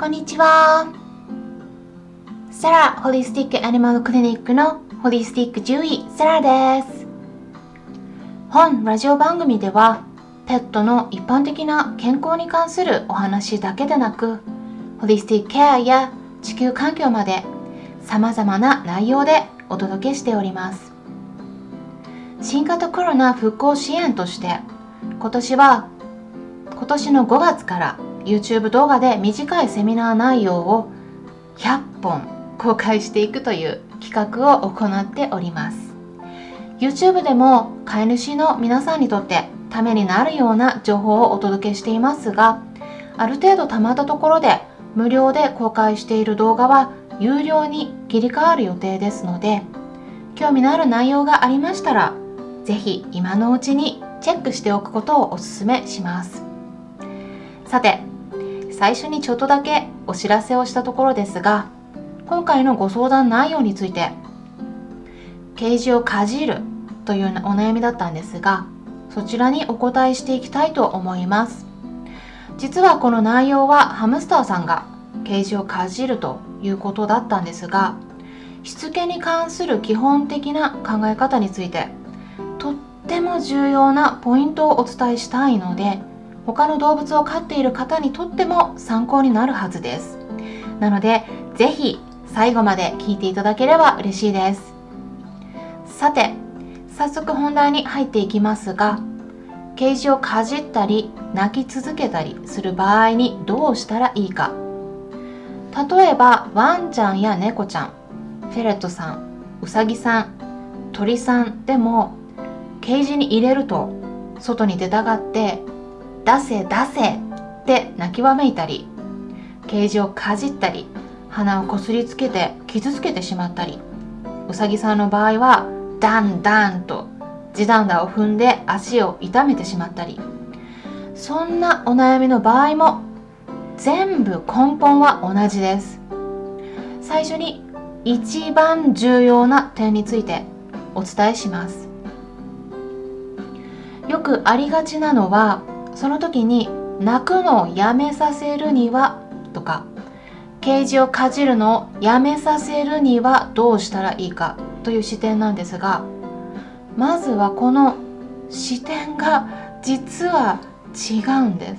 こんにちは。サラホリスティックアニマルクリニックのホリスティック獣医サラです。本ラジオ番組ではペットの一般的な健康に関するお話だけでなく、ホリスティックケアや地球環境まで様々な内容でお届けしております。新型コロナ復興支援として今年の5月から YouTube 動画で短いセミナー内容を100本公開していくという企画を行っております。 YouTube でも飼い主の皆さんにとってためになるような情報をお届けしていますが、ある程度たまったところで無料で公開している動画は有料に切り替わる予定ですので、興味のある内容がありましたらぜひ今のうちにチェックしておくことをお勧めします。さて、最初にちょっとだけお知らせをしたところですが、今回のご相談内容について、ケージをかじるというお悩みだったんですが、そちらにお答えしていきたいと思います。実はこの内容はハムスターさんがケージをかじるということだったんですが、しつけに関する基本的な考え方についてとっても重要なポイントをお伝えしたいので、他の動物を飼っている方にとっても参考になるはずです。なのでぜひ最後まで聞いていただければ嬉しいです。さて、早速本題に入っていきますが、ケージをかじったり泣き続けたりする場合にどうしたらいいか。例えばワンちゃんや猫ちゃん、フェレットさん、ウサギさん、鳥さんでもケージに入れると外に出たがって出せ出せって泣きわめいたり、ケージをかじったり鼻をこすりつけて傷つけてしまったり、ウサギさんの場合はダンダンと地団駄を踏んで足を痛めてしまったり、そんなお悩みの場合も全部根本は同じです。最初に一番重要な点についてお伝えします。よくありがちなのは、その時に泣くのをやめさせるにはとか、ケージをかじるのをやめさせるにはどうしたらいいかという視点なんですが、まずはこの視点が実は違うんです。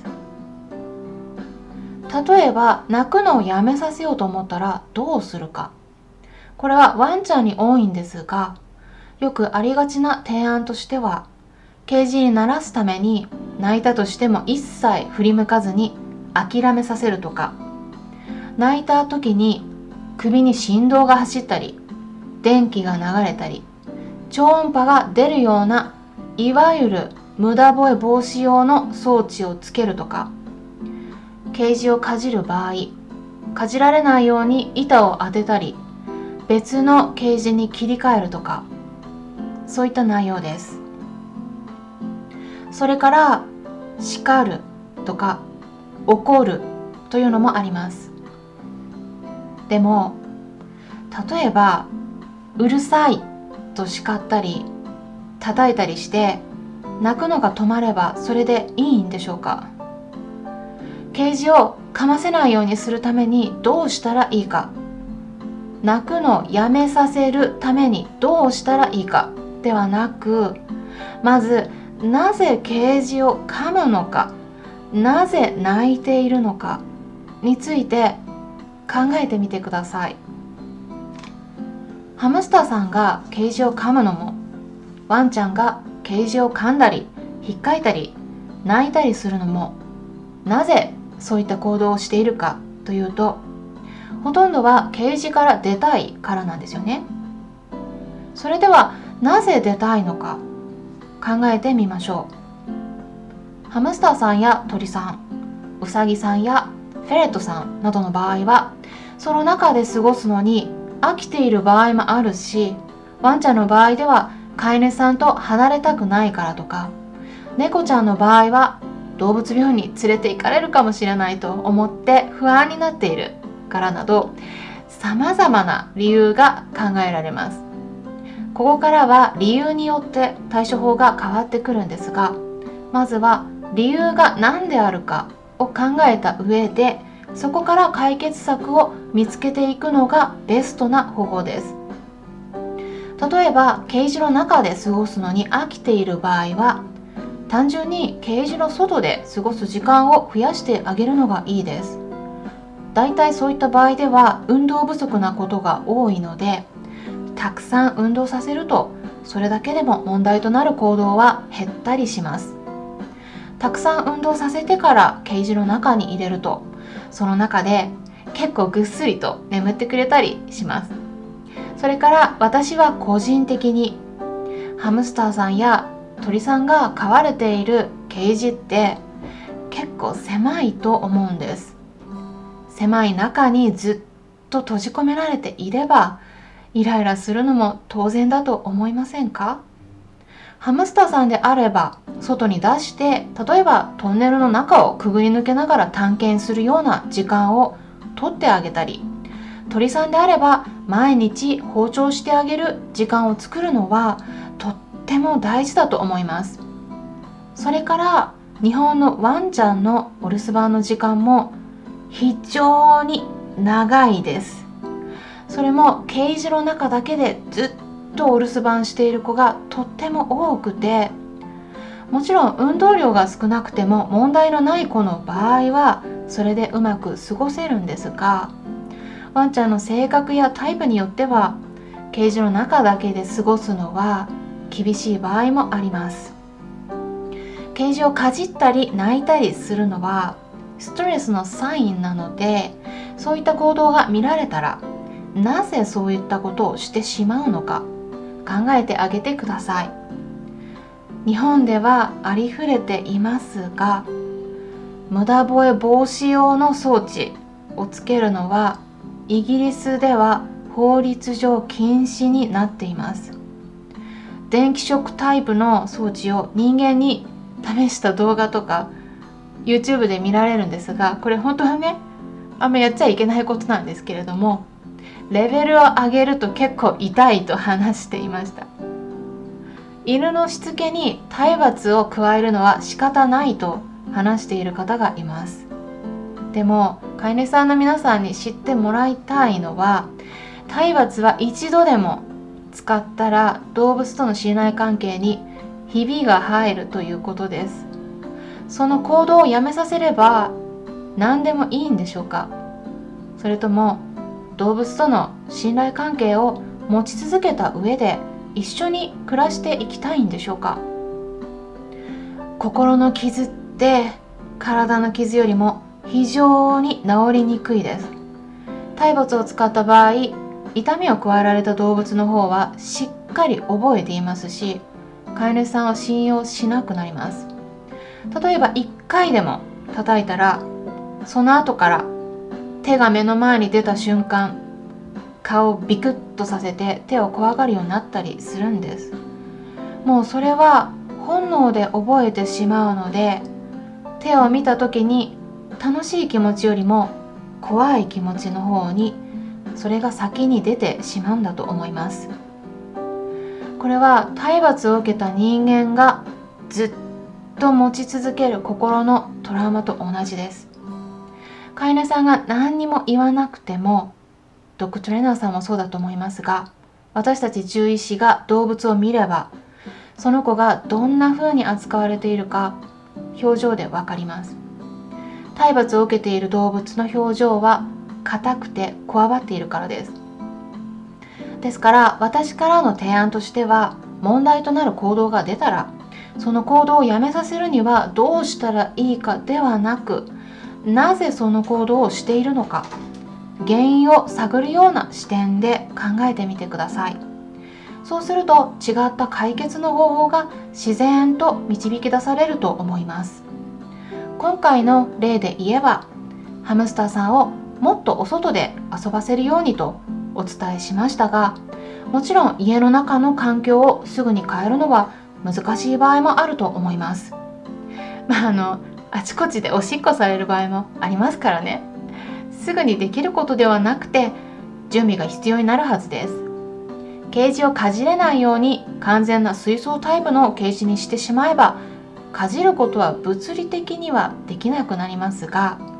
例えば泣くのをやめさせようと思ったらどうするか。これはワンちゃんに多いんですが、よくありがちな提案としては、ケージに慣らすために泣いたとしても一切振り向かずに諦めさせるとか、泣いた時に首に振動が走ったり、電気が流れたり、超音波が出るような、いわゆる無駄吠え防止用の装置をつけるとか、ケージをかじる場合、かじられないように板を当てたり、別のケージに切り替えるとか、そういった内容です。それから叱るとか怒るというのもあります。でも例えばうるさいと叱ったり叩いたりして泣くのが止まればそれでいいんでしょうか。ケージを噛ませないようにするためにどうしたらいいか、泣くのをやめさせるためにどうしたらいいかではなく、まずなぜケージを噛むのか、なぜ泣いているのかについて考えてみてください。ハムスターさんがケージを噛むのも、ワンちゃんがケージを噛んだり引っかいたり泣いたりするのも、なぜそういった行動をしているかというと、ほとんどはケージから出たいからなんですよね。それではなぜ出たいのか考えてみましょう。ハムスターさんや鳥さん、ウサギさんやフェレットさんなどの場合は、その中で過ごすのに飽きている場合もあるし、ワンちゃんの場合では飼い主さんと離れたくないからとか、猫ちゃんの場合は動物病院に連れて行かれるかもしれないと思って不安になっているからなど、様々な理由が考えられます。ここからは理由によって対処法が変わってくるんですが、まずは理由が何であるかを考えた上でそこから解決策を見つけていくのがベストな方法です。例えばケージの中で過ごすのに飽きている場合は、単純にケージの外で過ごす時間を増やしてあげるのがいいです。だいたいそういった場合では運動不足なことが多いので、たくさん運動させるとそれだけでも問題となる行動は減ったりします。たくさん運動させてからケージの中に入れると、その中で結構ぐっすりと眠ってくれたりします。それから私は個人的にハムスターさんや鳥さんが飼われているケージって結構狭いと思うんです。狭い中にずっと閉じ込められていればイライラするのも当然だと思いませんか？ハムスターさんであれば外に出して、例えばトンネルの中をくぐり抜けながら探検するような時間を取ってあげたり、鳥さんであれば毎日放鳥してあげる時間を作るのはとっても大事だと思います。それから日本のワンちゃんのお留守番の時間も非常に長いです。それもケージの中だけでずっとお留守番している子がとっても多くて、もちろん運動量が少なくても問題のない子の場合はそれでうまく過ごせるんですが、ワンちゃんの性格やタイプによってはケージの中だけで過ごすのは厳しい場合もあります。ケージをかじったり泣いたりするのはストレスのサインなので、そういった行動が見られたらなぜそういったことをしてしまうのか考えてあげてください。日本ではありふれていますが、無駄吠え防止用の装置をつけるのはイギリスでは法律上禁止になっています。電気ショックタイプの装置を人間に試した動画とか YouTube で見られるんですが、これ本当はね、あんまやっちゃいけないことなんですけれども、レベルを上げると結構痛いと話していました。犬のしつけに体罰を加えるのは仕方ないと話している方がいます。でも飼い主さんの皆さんに知ってもらいたいのは、体罰は一度でも使ったら動物との信頼関係にひびが入るということです。その行動をやめさせれば何でもいいんでしょうか？それとも動物との信頼関係を持ち続けた上で一緒に暮らしていきたいんでしょうか？心の傷って体の傷よりも非常に治りにくいです。体罰を使った場合、痛みを加えられた動物の方はしっかり覚えていますし、飼い主さんを信用しなくなります。例えば1回でも叩いたら、その後から手が目の前に出た瞬間、顔をビクッとさせて手を怖がるようになったりするんです。もうそれは本能で覚えてしまうので、手を見た時に楽しい気持ちよりも怖い気持ちの方にそれが先に出てしまうんだと思います。これは体罰を受けた人間がずっと持ち続ける心のトラウマと同じです。飼い主さんが何にも言わなくても、ドッグトレーナーさんもそうだと思いますが、私たち獣医師が動物を見れば、その子がどんな風に扱われているか表情でわかります。体罰を受けている動物の表情は硬くてこわばっているからです。ですから私からの提案としては、問題となる行動が出たらその行動をやめさせるにはどうしたらいいかではなく、なぜその行動をしているのか、原因を探るような視点で考えてみてください。そうすると違った解決の方法が自然と導き出されると思います。今回の例で言えば、ハムスターさんをもっとお外で遊ばせるようにとお伝えしましたが、もちろん家の中の環境をすぐに変えるのは難しい場合もあると思います。あちこちでおしっこされる場合もありますからね。すぐにできることではなくて準備が必要になるはずです。ケージをかじれないように完全な水槽タイプのケージにしてしまえば、かじることは物理的にはできなくなりますが、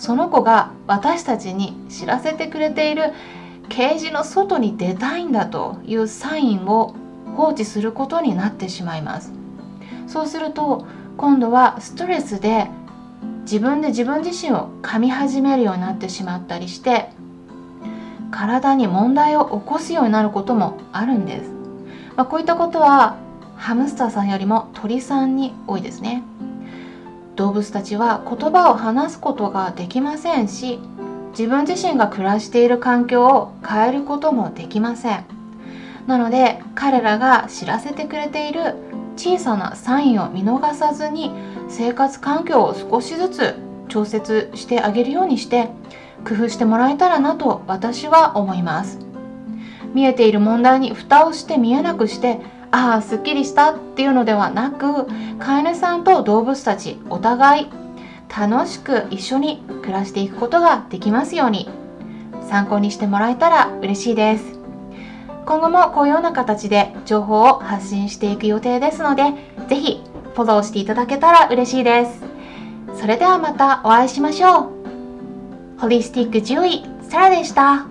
その子が私たちに知らせてくれているケージの外に出たいんだというサインを放置することになってしまいます。そうすると今度はストレスで自分自身を噛み始めるようになってしまったりして、体に問題を起こすようになることもあるんです。こういったことはハムスターさんよりも鳥さんに多いですね。動物たちは言葉を話すことができませんし、自分自身が暮らしている環境を変えることもできません。なので彼らが知らせてくれている小さなサインを見逃さずに、生活環境を少しずつ調節してあげるようにして工夫してもらえたらなと私は思います。見えている問題に蓋をして見えなくして、ああすっきりしたっていうのではなく、飼い主さんと動物たちお互い楽しく一緒に暮らしていくことができますように、参考にしてもらえたら嬉しいです。今後もこういうような形で情報を発信していく予定ですので、ぜひフォローしていただけたら嬉しいです。それではまたお会いしましょう。ホリスティック獣医サラでした。